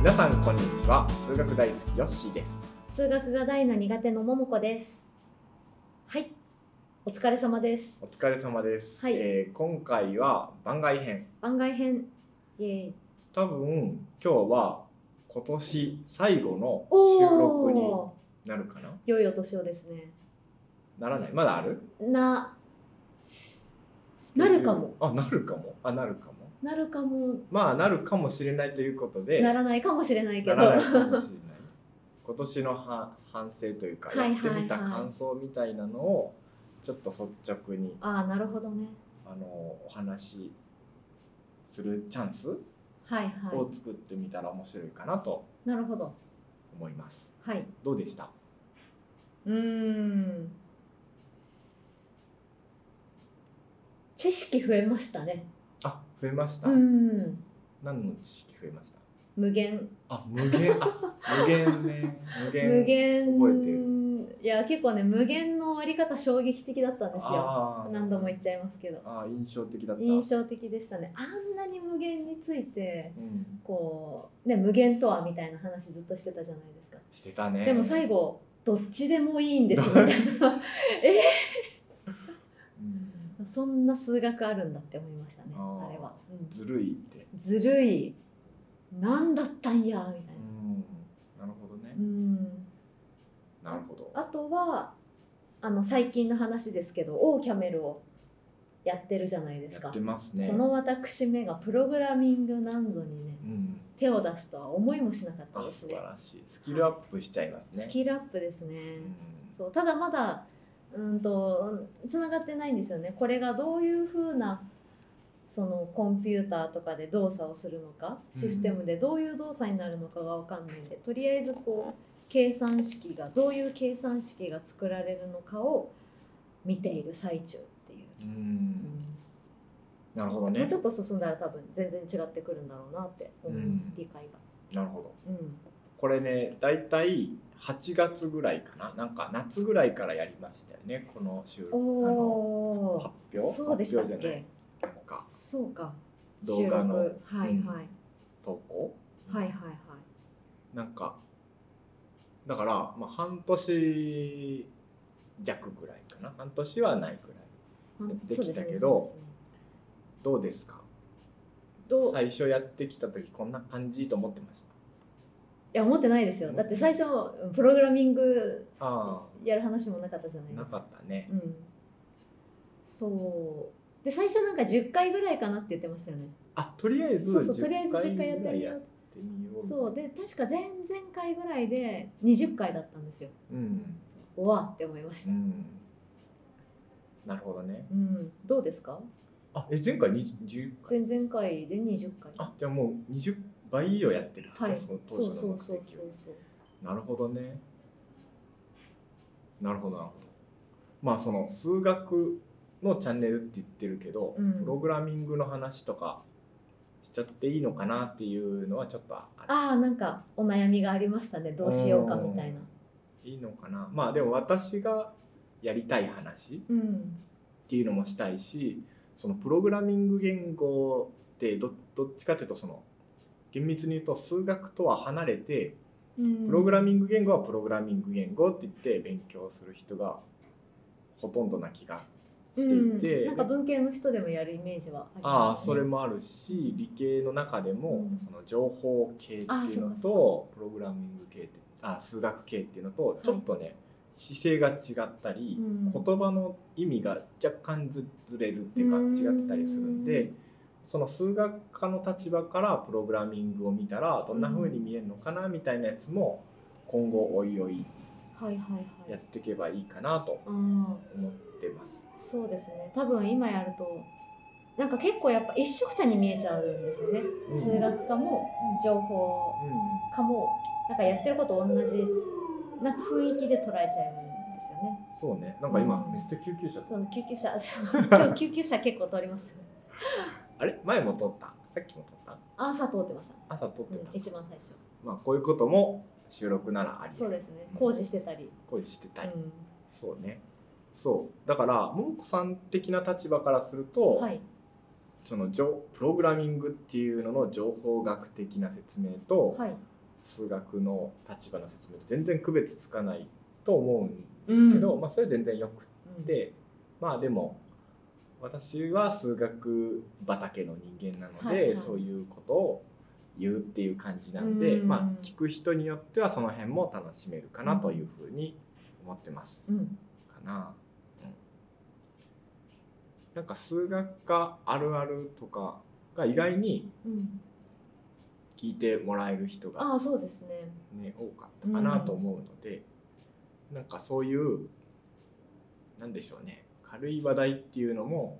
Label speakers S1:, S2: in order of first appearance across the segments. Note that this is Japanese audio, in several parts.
S1: 皆さんこんにちは。数学大好きヨッシーです。
S2: 数学が大の苦手のももこです。はい、お疲れ様です。
S1: お疲れ様です。
S2: はい、
S1: 今回は番外編。
S2: 番外編。イエーイ。
S1: 多分今日は今年最後の収録になるかな。
S2: 良いお年をですね。
S1: ならない。まだある？
S2: なるかも。
S1: なるかも。なるかも。
S2: なるかも。
S1: まあなるかもしれないということで。
S2: ならないかもしれないけど。
S1: ならないかもしれない。今年の反省というか、やってみた感想みたいなのをちょっと率直に
S2: なるほどね。
S1: お話しするチャンスを作ってみたら面白いかなと
S2: なるほど
S1: 思います。
S2: はい。
S1: どうでした？
S2: 知識増えましたね。
S1: 増えました。何の知識増えました？
S2: 無限。
S1: 無限。無限ね。
S2: 無限
S1: 覚えてる。
S2: いや結構ね、無限のあり方衝撃的だったんですよ。何度も言っちゃいますけど。
S1: 印象的だった。
S2: 印象的でしたね。あんなに無限について、こうね、無限とはみたいな話ずっとしてたじゃないですか。
S1: してたね。
S2: でも最後どっちでもいいんですみたいなそんな数学あるんだって思いましたね。あれは、
S1: ずるいって。
S2: ずるい。何だったんやみたい
S1: な。なるほどね。なるほど。
S2: あとは最近の話ですけど、オーキャメルをやってるじゃないですか。
S1: やってますね。
S2: この私めがプログラミングなんぞにね、手を出すとは思いもしなかったですね。
S1: 素晴らしい。スキルアップしちゃいますね。
S2: スキルアップですね。そう、ただまだつながってないんですよね。これがどういう風なそのコンピューターとかで動作をするのか、システムでどういう動作になるのかが分かんないんで、とりあえずこう計算式がどういう計算式が作られるのかを見ている最中っていう。
S1: なるほどね。
S2: もうちょっと進んだら多分全然違ってくるんだろうなって思います、理解
S1: が。なるほど。これね、だいたい8月ぐらいかな、なんか夏ぐらいからやりましたよね、この収録発表。
S2: そうでしたっけ？そうか。
S1: 動画の投稿。なんかだから半年弱ぐらいかな、半年はないぐらいできたけど、どうですか？最初やってきた時こんな感じと思ってました？
S2: いや思ってないですよ。だって最初プログラミングやる話もなかったじゃないですか。
S1: なかったね。
S2: そうで、最初なんか10回ぐらいかなって言ってましたよね。
S1: とりあえず
S2: とりあえず10回やってみよう。そうで、確か前々回ぐらいで20回だったんですよ。おわって思いました。
S1: なるほどね。
S2: どうですか？
S1: 前回20回。
S2: 前々回で20回。
S1: じゃあもう20倍以上やってる。
S2: はい。そう。
S1: なるほどね。なるほど。その数学のチャンネルって言ってるけど、プログラミングの話とかしちゃっていいのかなっていうのはちょっと
S2: なんかお悩みがありましたね。どうしようかみたいな。
S1: いいのかな。でも私がやりたい話っていうのもしたいし、そのプログラミング言語ってどっちかというと、その厳密に言うと数学とは離れて、プログラミング言語はプログラミング言語って言って勉強する人がほとんどな気がしていて、
S2: なんか文系の人でもやるイメージはありますね。
S1: それもあるし、理系の中でもその情報系っていうのとプログラミング系って数学系っていうのとちょっとね、姿勢が違ったり、言葉の意味が若干ずれるっていうか違ってたりするんで、その数学科の立場からプログラミングを見たらどんな風に見えるのかなみたいなやつも今後おいおいやっていけばいいかなと思ってます。
S2: そうですね。多分今やるとなんか結構やっぱ一緒くたに見えちゃうんですよね。数学科も情報科もなんかやってること同じな雰囲気で捉えちゃうんですよね。
S1: そうね。なんか今めっちゃ救急車。
S2: 今日救急車結構通ります。
S1: あれ前も通った？さっきも通った？
S2: 朝通ってました。
S1: 朝通ってた。
S2: 一番最初。
S1: こういうことも収録ならあり。
S2: そうですね。工事してたり。
S1: そうね。そうだからももこさん的な立場からすると、そのプログラミングっていうのの情報学的な説明と、 数学の立場の説明と全然区別つかないと思うんですけど、それは全然よくって、でも私は数学畑の人間なので、そういうことを言うっていう感じなんで、聞く人によってはその辺も楽しめるかなというふうに思ってます、かな。なんか数学科あるあるとかが意外に聞いてもらえる人が、
S2: そうですね、
S1: 多かったかなと思うので、なんかそういうなんでしょうね、軽い話題っていうのも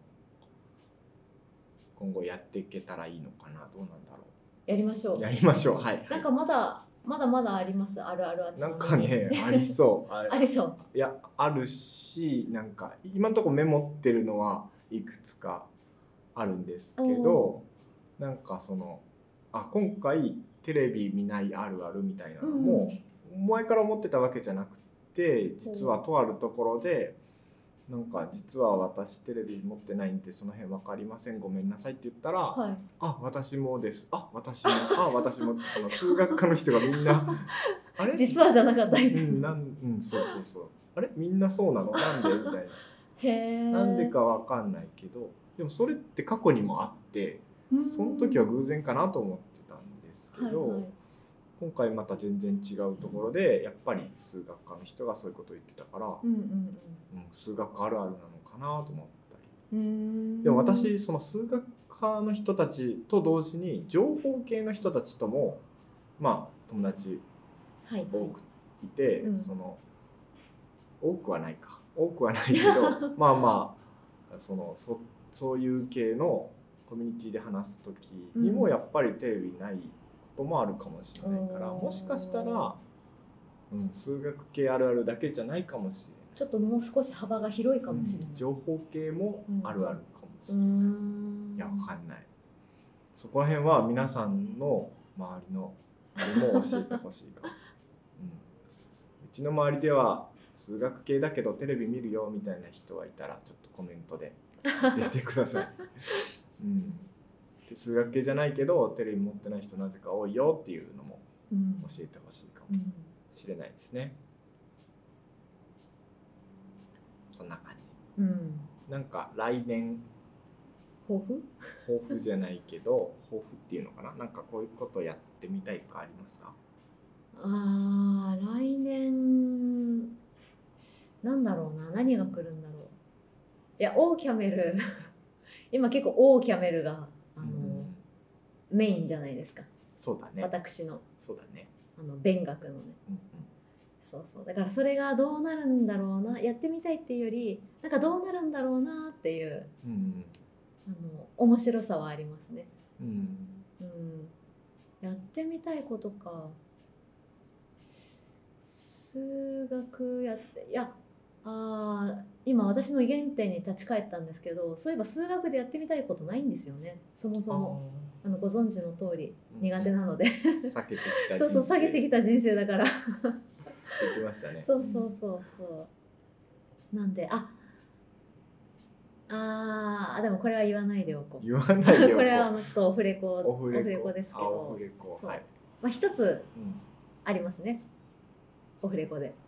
S1: 今後やっていけたらいいのかな。どうなんだろう。
S2: やりましょう。
S1: やりましょう。はい。
S2: なんかまだあります。あるあるあっちの
S1: なんかねありそう。
S2: ありそう。
S1: いやあるし、なんか今のところメモってるのはいくつかあるんですけど、なんかその今回テレビ見ないあるあるみたいなのも、前から思ってたわけじゃなくて、実はとあるところでなんか実は私テレビ持ってないんでその辺分かりません、ごめんなさいって言ったら、私もです、私も私もその数学科の人がみんなあれ
S2: 実はじゃなかった
S1: そうあれみんなそうなのなんでみたいななんでか分かんないけど、でもそれって過去にもあって、その時は偶然かなと思ってたんですけど、今回また全然違うところでやっぱり数学科の人がそういうことを言ってたから、数学科あるあるなのかなと思ったり、でも私その数学科の人たちと同時に情報系の人たちとも友達多くいて、その多くはないけどそういう系のコミュニティで話す時にもやっぱりテレビないこともあるかもしれないから、もしかしたら、数学系あるあるだけじゃないかもしれない。
S2: ちょっともう少し幅が広いかもしれない。
S1: 情報系もあるあるかもしれない。いや、わかんない。そこら辺は皆さんの周りのあれも教えてほしいかも。うちの周りでは数学系だけどテレビ見るよみたいな人はいたらちょっとコメントで教えてください。で数学系じゃないけどテレビ持ってない人なぜか多いよっていうのも教えてほしいかもしれないですね。そんな感じ。なんか来年
S2: 抱負
S1: じゃないけど抱負っていうのかな、なんかこういうことやってみたいとかありますか？
S2: 来年なんだろうな、何が来るんだろう。いや、オーキャメル今結構オーキャメルがメインじゃないですか。
S1: そうだね。
S2: 私の
S1: そうだね。
S2: 勉学のね。そうだからそれがどうなるんだろうな、やってみたいっていうよりなんかどうなるんだろうなっていう、面白さはありますね。やってみたいことか。数学やって、いや今私の原点に立ち返ったんですけど、そういえば数学でやってみたいことないんですよね、そもそも。ご存知の通り苦手なので
S1: 避けてきた人生。
S2: 下げてきた人生だから
S1: 言ってましたね。
S2: なんででもこれは言わないでおこう。
S1: 言わないでおこう。
S2: これはちょっとオフレコですけど、一つありますね、オフレコで。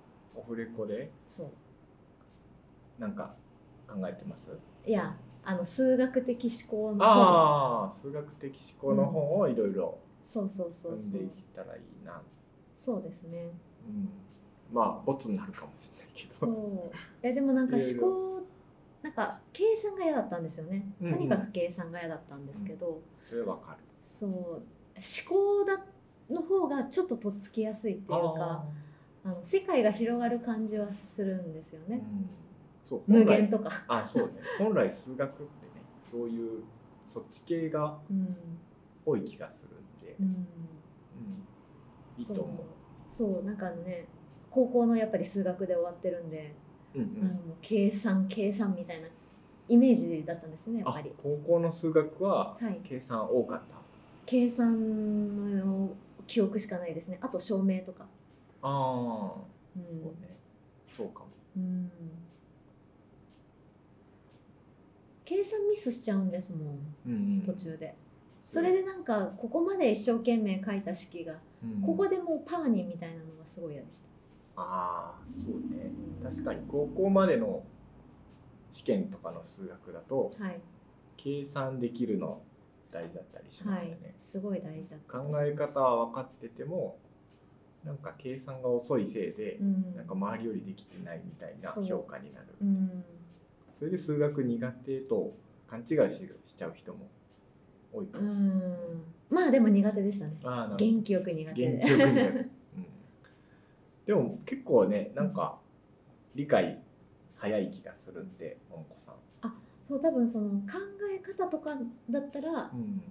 S1: そうなんか考えてます？
S2: いや、数学的思考の本。
S1: 数学的思考の本をいろいろ
S2: 読
S1: んでいったらいいな。
S2: そうですね。
S1: ボツになるかもしれないけど。
S2: でもなんか思考、なんか計算が嫌だったんですよね。とにかく計算が嫌だったんですけど。
S1: それわかる。
S2: 思考の方がちょっととっつきやすいっていうか、世界が広がる感じはするんですよね。無限とか。
S1: そうね。本来数学ってね、そういうそっち系が多い気がするんで、いいと思う。
S2: なんか高校のやっぱり数学で終わってるんで、計算みたいなイメージだったんですね、やっぱり。
S1: 高校の数学は計算多かった？
S2: 計算の記憶しかないですね。あと証明とか。
S1: そうね。そうかも。
S2: 計算ミスしちゃうんですもん、途中で。 それでなんかここまで一生懸命書いた式が、ここでもうパーにみたいなのがすごい嫌でした。
S1: ああそうね、確かに高校までの試験とかの数学だと、はい、計算できるの大事だったりしますよね、はい、
S2: すごい大事だった。
S1: 考え方は分かっててもなんか計算が遅いせいで、なんか周りよりできてないみたいな評価になる。それで数学苦手と勘違いしちゃう人も多いかもしれない。
S2: まあでも苦手でしたね。元気よく苦手。
S1: 元気よく苦手。でも結構ね、なんか理解早い気がするんで、ももこさん。
S2: そう、多分その考え方とかだったら、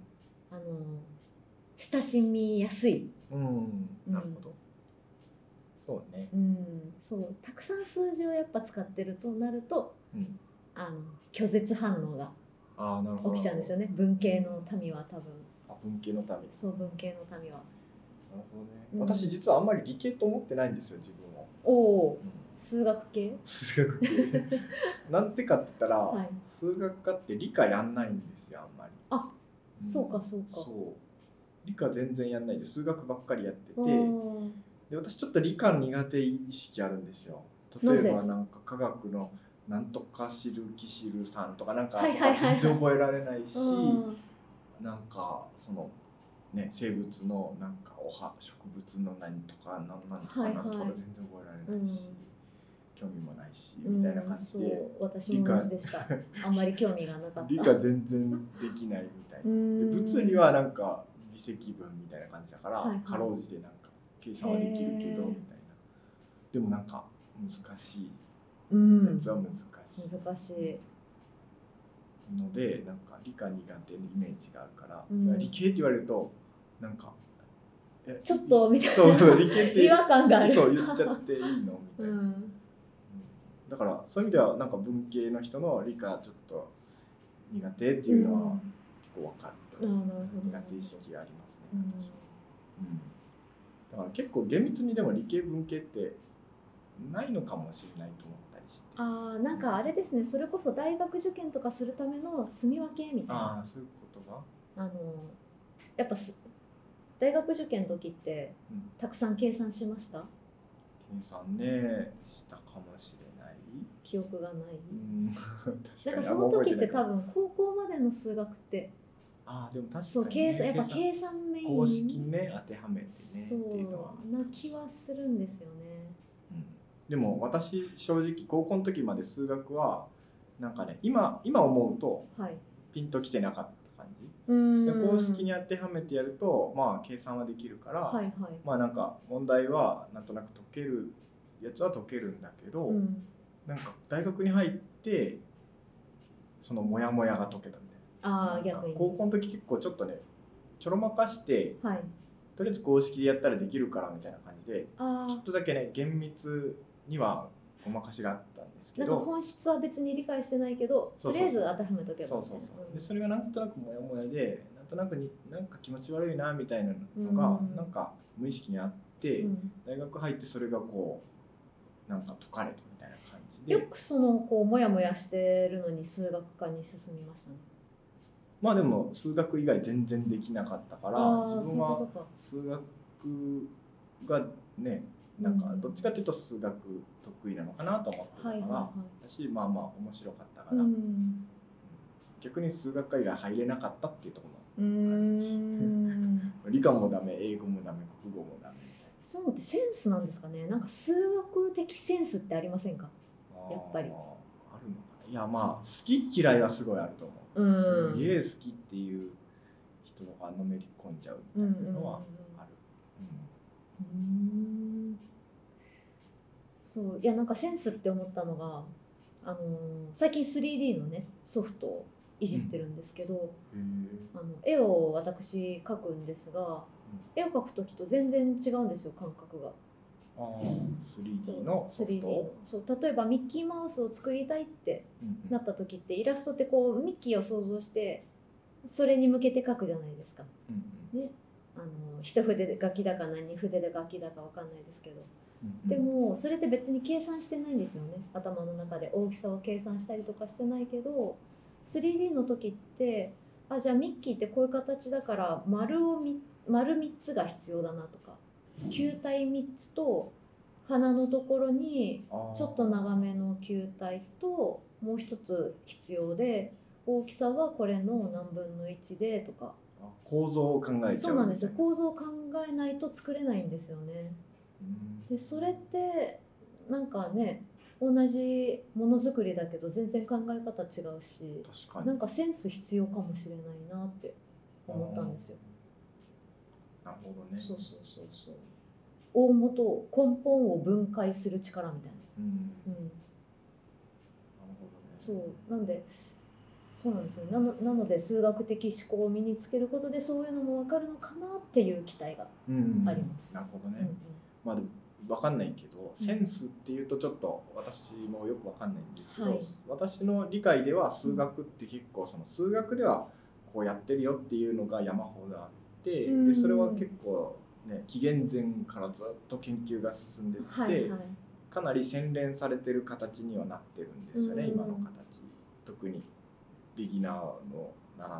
S2: 親しみやすい。
S1: なるほど。そうね。
S2: そう、たくさん数字をやっぱ使ってるとなると、拒絶反応が起きちゃうんですよね。文系の民は多分。
S1: 文系の民。
S2: そう、文系の民は。
S1: なるほどね。私実はあんまり理系と思ってないんですよ、自分を。
S2: 数学系？
S1: 数学系。なんてかって言ったら、数学科って理科やんないんですよ、あんまり。
S2: そうかそうか。
S1: そう。理科全然やんないで数学ばっかりやってて、で私ちょっと理科苦手意識あるんですよ。例えばなんか科学のなんとか知るキシルさんとかなんか全然覚えられないし、なんかそのね生物のなんか植物の何とかなんとかなんとか全然覚えられないし、興味もないしみたいな感じで、
S2: 私も同じでした。あんまり興味がなかった。
S1: 理科全然できないみたいな。で物理はなんか微積分みたいな感じだから、かろうじてなんか計算はできるけどみたいな。でもなんか難しいやつは難しいので、なんか理科苦手なイメージがあるから、理系って言われるとなんか
S2: ちょっとみたいな、
S1: そう理系って
S2: 違和感がある。
S1: そう言っちゃっていいのみたいな。だからそういう意味ではなんか文系の人の理科ちょっと苦手っていうのは結構分かる。苦手意識ありますね、私は。だから結構厳密にでも理系文系ってないのかもしれないと思ったりして。
S2: なんかあれですね、それこそ大学受験とかするための住み分けみたいな。
S1: そういうことが
S2: やっぱ大学受験の時ってたくさん計算しました？
S1: 計算ねしたかもしれない。
S2: 記憶がない。
S1: 確かに
S2: その時って多分高校までの数学って
S1: でも確かに、ね、
S2: やっぱ計算メイン
S1: 公式ね当てはめてね
S2: そう
S1: っていうのは
S2: な気はするんですよね。
S1: でも私正直高校の時まで数学はなんかね今思うとピンときてなかった感じ。公式に当てはめてやるとまあ計算はできるから、まあなんか問題はなんとなく解けるやつは解けるんだけど、なんか大学に入ってそのモヤモヤが解けたみたいな。逆に高校の時結構ちょっとねちょろまかして、とりあえず公式でやったらできるからみたいな感じでちょっとだけね厳密にはごまかしがあったんですけど、
S2: なんか本質は別に理解してないけどとりあえず当てはめとけば、
S1: でそれがなんとなくモヤモヤでなんとなくになんか気持ち悪いなみたいなのがなんか無意識にあって、大学入ってそれがこうなんか解かれたみたいな感じで、
S2: よくそのこうモヤモヤしてるのに数学科に進みましたね。
S1: まあでも数学以外全然できなかったから自分は数学がねなんかどっちかというと数学得意なのかなと思ってたから私まあまあ面白かったから、逆に数学科以外入れなかったっていうところもあるし理科もダメ英語もダメ国語もダメみたいな。
S2: そういうのってセンスなんですかね。なんか数学的センスってありませんか？やっぱりあるのか
S1: な。いやまあ好き嫌いはすごいあると思う。すげえ好きっていう人がのめり込んじゃうみたいなのはある。
S2: そういやなんかセンスって思ったのが最近 3D のねソフトをいじってるんですけど、絵を私描くんですが、絵を描く時と全然違うんですよ感覚が。
S1: 3D のソフト。
S2: そう例えばミッキーマウスを作りたいってなった時ってイラストってこうミッキーを想像してそれに向けて描くじゃないですか。ね、一筆で書きだか何筆で書きだかわかんないですけど、でもそれって別に計算してないんですよね。頭の中で大きさを計算したりとかしてないけど 3D の時ってあ、じゃあミッキーってこういう形だから丸3つが必要だなとか、球体3つと鼻のところにちょっと長めの球体ともう一つ必要で、大きさはこれの何分の1でとか、
S1: 構造を考えちゃう。
S2: そうなんですよ。構造を考えないと作れないんですよね。でそれってなんかね、同じものづくりだけど全然考え方違うし、
S1: 確かに
S2: なんかセンス必要かもしれないなって思ったんですよ。
S1: なるほどね。
S2: そうそうそうそう。大元を根本を分解する力みたいな。
S1: うん。
S2: うん。
S1: なるほどね。
S2: そうなんで、そうなんですよ。なので数学的思考を身につけることでそういうのも分かるのかなっていう期待があります。
S1: なるほどね。まあでも分かんないけど、センスっていうとちょっと私もよく分かんないんですけど、私の理解では数学って結構その数学ではこうやってるよっていうのが山ほどあって、でそれは結構ね、紀元前からずっと研究が進んでいって、かなり洗練されてる形にはなってるんですよね、今の形。特にビギナーの習う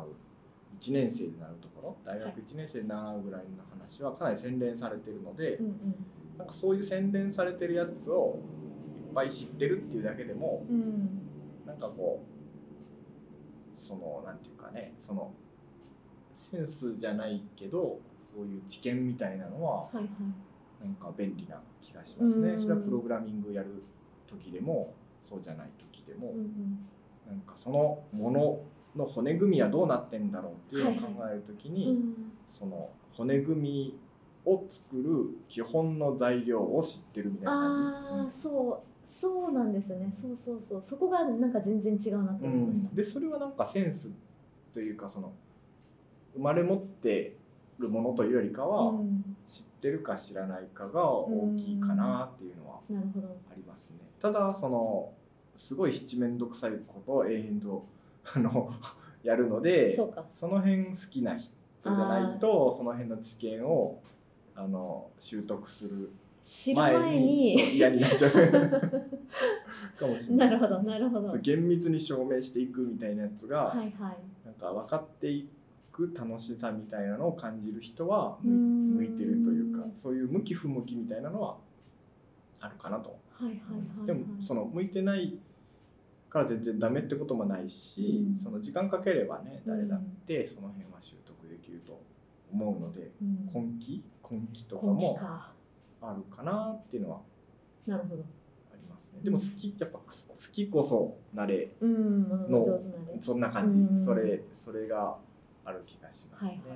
S1: 1年生で習うところ、大学1年生で習うぐらいの話はかなり洗練されてるので、なんかそういう洗練されてるやつをいっぱい知ってるっていうだけでも、なんかこうそのなんていうかね、そのセンスじゃないけどそういう知見みたいなのはなんか便利な気がしますね。それはプログラミングやる時でもそうじゃない時でも、なんかそのものの骨組みはどうなってんだろうっていうのを考える時に、その骨組みを作る基本の材料を知ってるみたいな感じ。
S2: そうなんですね。そこがなんか全然違うなって思いました。
S1: でそれはなんかセンスというか、その生まれ持ってるものというよりかは、知ってるか知らないかが大きいかなっていうのはありますね。ただそのすごい七面倒くさいことを永遠とやるので、その辺好きな人じゃないとその辺の知見を習得する前に嫌になっちゃうかもしれない。
S2: なるほど。
S1: 厳密に証明していくみたいなやつが、なんか分かっていく楽しさみたいなのを感じる人は向いてるというか、そういう向き不向きみたいなのはあるかなと。でもその向いてないから全然ダメってこともないし、その時間かければね、誰だってその辺は習得できると思うので、根気とかもあるかなっていうのはありますね。でもやっぱ好きこそなれのそんな感じ、それがある気がしますね。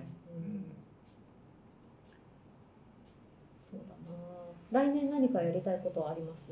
S2: そうだな。来年何かやりたいことはあります？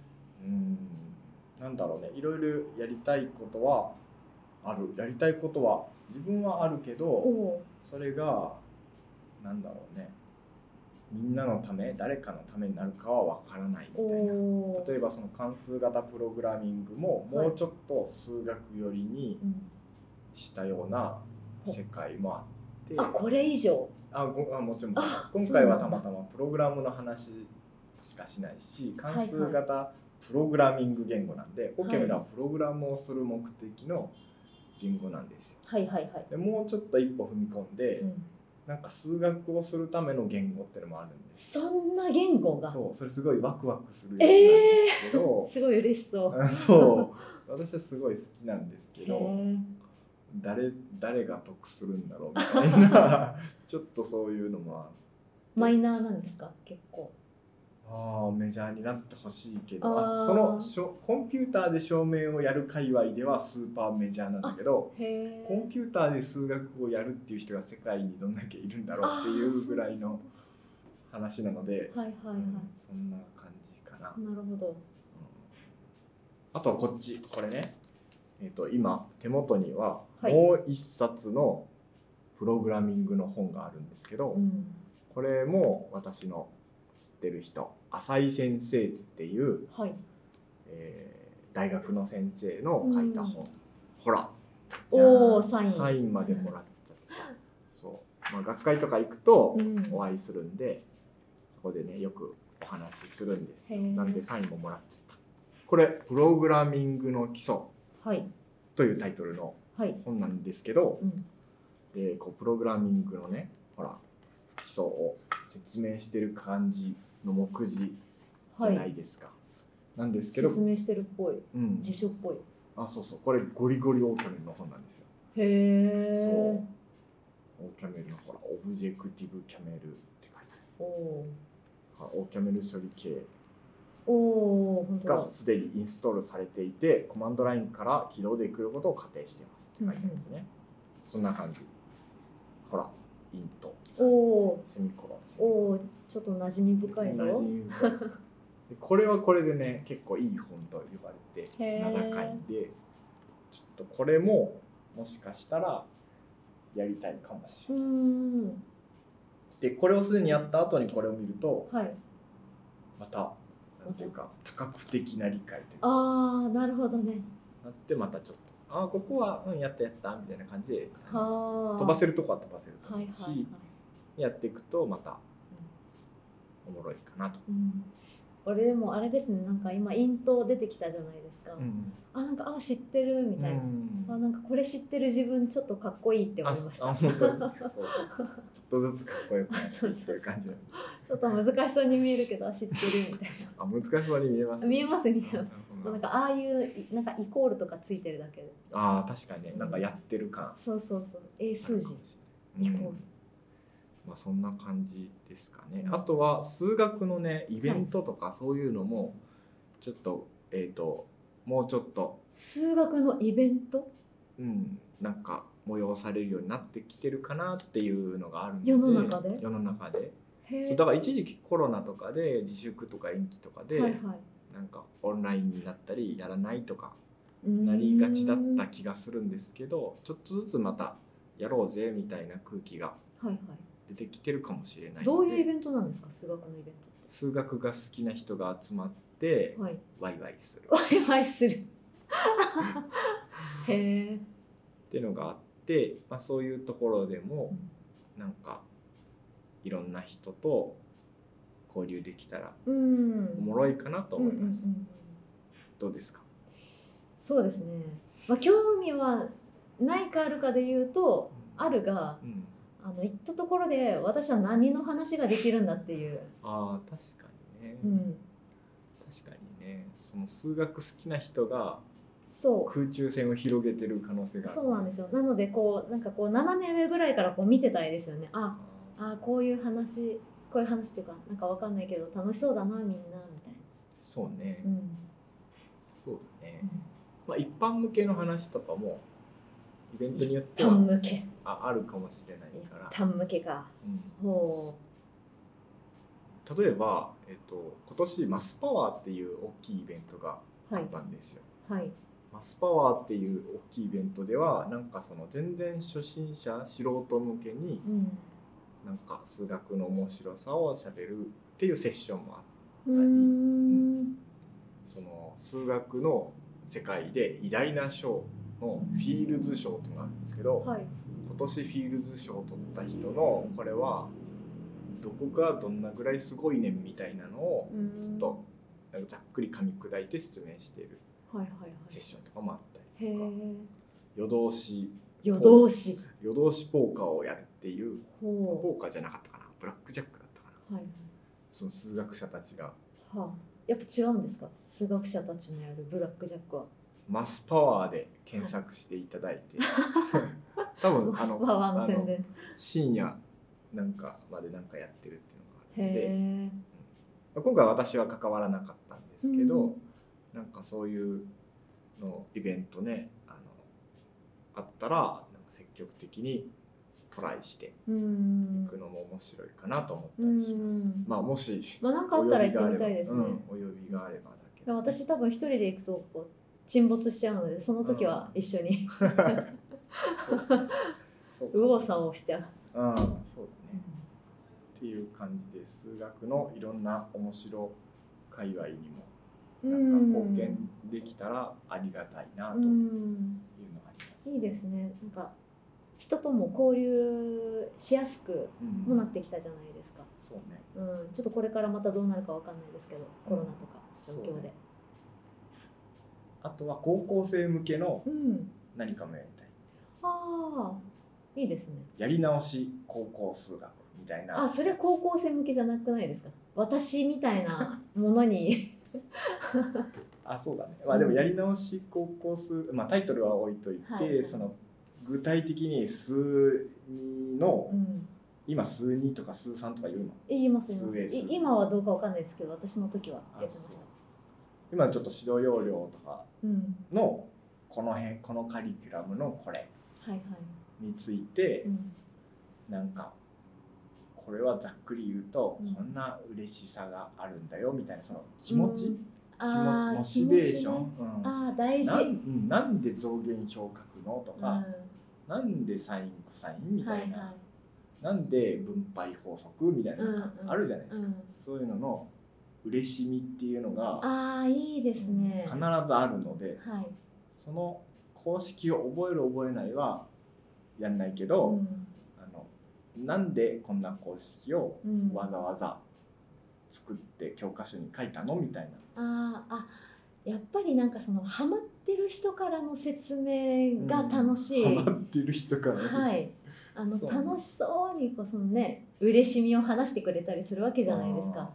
S1: なんだろうね、いろいろやりたいことはある。やりたいことは自分はあるけど、それがなんだろうね、みんなのため、誰かのためになるかは分からないみたいな。例えばその関数型プログラミングももうちょっと数学寄りにしたような世界もあって、
S2: これ以上
S1: もちろん今回はたまたまプログラムの話しかしないし、関数型プログラミング言語なんで、オケムラはプログラムをする目的の言語なんですよ。でもうちょっと一歩踏み込んで、なんか数学をするための言語っていうのもあるんです。
S2: そんな言語が？
S1: それすごいワクワクするやつなんですけど、
S2: すごい嬉しそう。
S1: 私はすごい好きなんですけど、誰が得するんだろうみたいなちょっとそういうのも
S2: マイナーなんですか？結構
S1: メジャーになってほしいけど、そのコンピューターで証明をやる界隈ではスーパーメジャーなんだけど、コンピューターで数学をやるっていう人が世界にどんだけいるんだろうっていうぐらいの話なので、そんな感じかな。
S2: なるほど。
S1: あとはこれね、今手元にはもう一冊のプログラミングの本があるんですけど、これも私の知ってる人、浅井先生っていう、大学の先生の書いた本、ほらサインまでもらっちゃった。学会とか行くとお会いするんで、そこでねよくお話しするんですよ。なんでサインももらっちゃった。これプログラミングの基礎というタイトルの本なんですけど、
S2: うん、
S1: こうプログラミングのねほら基礎を説明してる感じの目次じゃないですか、なんですけど
S2: 説明してるっぽい、辞書っぽい。
S1: そうそう、これゴリゴリオーキャメルの本なんですよ。
S2: へえ。
S1: そう、オーキャメルのほらオブジェクティブキャメルって書いてある。オーキャメル処理系がすでにインストールされていて、コマンドラインから起動できることを仮定していますって書いてあるんですね、そんな感じ。ほらイントセミコロン、
S2: ちょっと馴染み深いぞ。
S1: これはこれでね結構いい本と呼ばれて名高いんで、ちょっとこれももしかしたらやりたいかもしれない。でこれをすでにやった後にこれを見ると、またなんていうか多角的な理解というか、
S2: なるほどね。
S1: なってまたちょっとここはやったみたいな感じで飛ばせるとこは飛ばせると思うし、やっていくとまたおもろいかなと。
S2: 俺でもあれですね、なんか今イント出てきたじゃないですか、なんか知ってるみたいな、なんかこれ知ってる自分ちょっとかっこいいって思いました。
S1: 本当にそうちょっとずつかっこよくなってる感じ。
S2: ちょっと難しそうに見えるけど知ってるみたいな。
S1: 難しそうに見えます、
S2: 見えます。なんかああいうなんかイコールとかついてるだけで、
S1: 確かにね、なんかやってる感、
S2: そう英数字イコール、
S1: そんな感じですかね。あとは数学のねイベントとかそういうのもちょっともうちょっと
S2: 数学のイベント
S1: なんか催されるようになってきてるかなっていうのがあるので、
S2: 世の中で
S1: そうだから一時期コロナとかで自粛とか延期とかで、なんかオンラインになったりやらないとかなりがちだった気がするんですけど、ちょっとずつまたやろうぜみたいな空気が出てきてるかもしれないので。
S2: どういうイベントなんですか、数学のイベントって。
S1: 数学が好きな人が集まってワイワイする、
S2: ワイワイするへえ
S1: っていうのがあって、そういうところでもなんかいろんな人と交流できたらおもろいかなと思います。どうですか？
S2: そうですね、興味はないかあるかで言うとあるが、行ったところで私は何の話ができるんだっていう。
S1: 確かにね、確かにね、その数学好きな人が空中戦を広げてる可能性がある。
S2: そうなんですよ。なのでなんか斜め上ぐらいから見てたいですよね。こういう話っていうかなんかわかんないけど楽しそうだなみんなみたいな。
S1: そうね、そうだね、一般向けの話とかもイベントによってはあるかもしれないから。
S2: 一般向けか。
S1: 例えば、今年マスパワーっていう大きいイベントがあったんですよ。マスパワーっていう大きいイベントではなんかその全然初心者素人向けになんか数学の面白さをしゃべるっていうセッションもあったり、その数学の世界で偉大な賞のフィールズ賞というのがあるんですけど、今年フィールズ賞を取った人のこれはどこがどんなぐらいすごいねんみたいなのをちょっとなんかざっくり噛み砕いて説明しているセッションとかもあったりとか、夜通しポーカーをやるっていう、ポーカーじゃなかったかな、ブラックジャックだったかな、その数学者たちが、
S2: やっぱ違うんですか、数学者たちのやるブラックジャックは。
S1: マスパワーで検索していただいて、多分
S2: マスパワーの宣伝、
S1: 深夜なんかまでなんかやってるっていうのがあって、今回私は関わらなかったんですけど、なんかそういうのイベントねあったらなんか積極的にトライしていくのも面白いかなと思ったりします。もし
S2: なんかあったら行ってみたいですね。
S1: お呼びがあればだけど、
S2: 私多分一人で行くと沈没しちゃうので、その時は一緒に右往左往しちゃう。
S1: そうだね、っていう感じで数学のいろんな面白界隈にもなんか貢献できたらありがたいなというのがあります。
S2: いいですね。なんか人とも交流しやすくもなってきたじゃないですか。
S1: そうね。
S2: ちょっとこれからまたどうなるかわかんないですけど、コロナとか状況で。
S1: あとは高校生向けの何かもやりたい。
S2: ああ、いいですね。
S1: やり直し高校数学みたいな。
S2: あ、それ高校生向けじゃなくないですか？私みたいなものに
S1: あ、そうだね。まあでもやり直し高校数、まあタイトルは置いといて、
S2: はい、
S1: その具体的に数2の、今数2とか数3とか言うの？
S2: 言います今はどうかわかんないですけど、私の時はやってました。
S1: 今ちょっと指導要領とかのこの辺、このカリキュラムのこれについて、なんかこれはざっくり言うとこんな嬉しさがあるんだよみたいな、その気持ち、モチベーション、
S2: 大事。
S1: なんで増減表書くのとか、なんでサインコサインみたいな、なんで分配法則みたいなのがあるじゃないですか。そういうのの嬉しみっていうのが
S2: いいですね。
S1: 必ずあるので、その公式を覚える覚えないはやんないけど、なんでこんな公式をわざわざ作って教科書に書いたのみたい
S2: な。やっぱりなんかそのハマってる人からの説明が楽しい。
S1: ハマってる人から
S2: の楽しそうにそのね、嬉しみを話してくれたりするわけじゃないですか。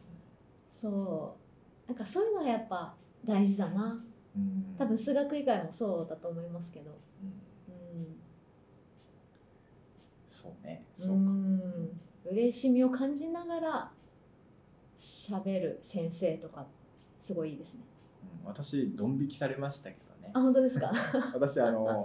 S2: なんかそういうのがやっぱ大事だな。多分数学以外もそうだと思いますけど。
S1: そうね。
S2: 嬉しみを感じながら喋る先生とかすごいいいですね。
S1: 私ドン引きされましたけどね。
S2: あ、本当ですか？
S1: 私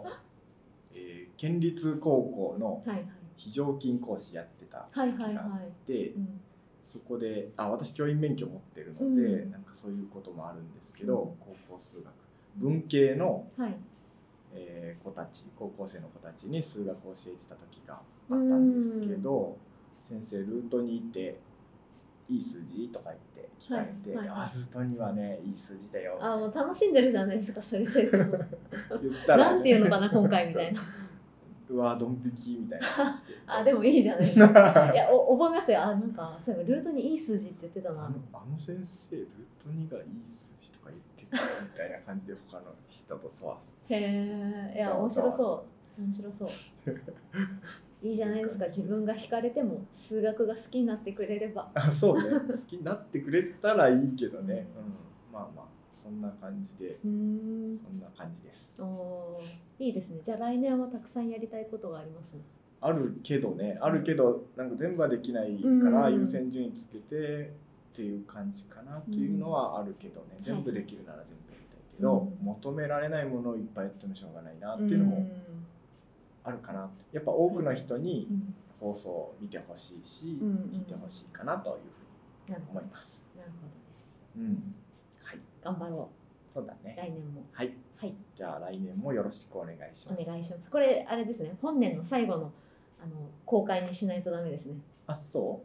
S1: 県立高校の非常勤講師やってた時があって、そこで私教員免許持ってるので、なんかそういうこともあるんですけど、高校数学文系の、子たち、高校生の子たちに数学を教えてた時があったんですけど、先生ルートにいていい数字とか言って聞かれて、ルートにはねいい数字だよ。
S2: もう楽しんでるじゃないですか、それ生徒も。
S1: 言ったら、
S2: なんていうのかな今回みたいな。
S1: うわドン引きみたいな感じで。
S2: でもいいじゃないですか。いや覚えますよ。なんかそういえばルートにいい数字って言ってたな。
S1: あの先生ルート2がいい数字とか言ってたみたいな感じで他の人とそわす。
S2: へえ、いや面白そう。面白そう。いいじゃないですか。自分が惹かれても数学が好きになってくれれば。
S1: そうね。好きになってくれたらいいけどね。まあまあそんな感じで。そんな感じです。
S2: いいですね。じゃあ来年はたくさんやりたいことがありますね。
S1: あるけどなんか全部はできないから優先順位つけてっていう感じかなというのはあるけどね。全部できるなら全部やりたいけど、求められないものをいっぱいやってもしょうがないなっていうのもあるかな。やっぱ多くの人に放送を見てほしいし、聞いてほしいかなというふうに思います。
S2: なるほどです。
S1: はい。
S2: 頑張ろ
S1: う。そうだね。
S2: 来年も。
S1: はい。じゃあ来年もよろしくお願いします。
S2: お願いします。これあれですね。本年の最後の公開にしないとダメですね。
S1: そう。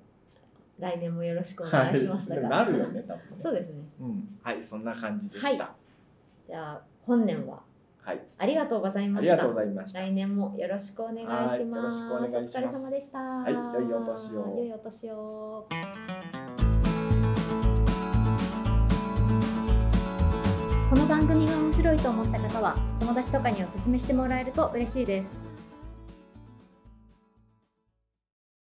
S2: 来年もよろしくお願いしますだから。
S1: なるよね、多分ね。
S2: そうですね。
S1: はい、そんな感じでした。
S2: じゃあ本年はありがとうございました。
S1: ありがとうございました。
S2: 来年もよろしくお願いします。よろしくお願いします。お疲れ様でした。
S1: はい、良いお年を。
S2: 良いお年を。この番組が面白いと思った方は友達とかにお勧めしてもらえると嬉しいです。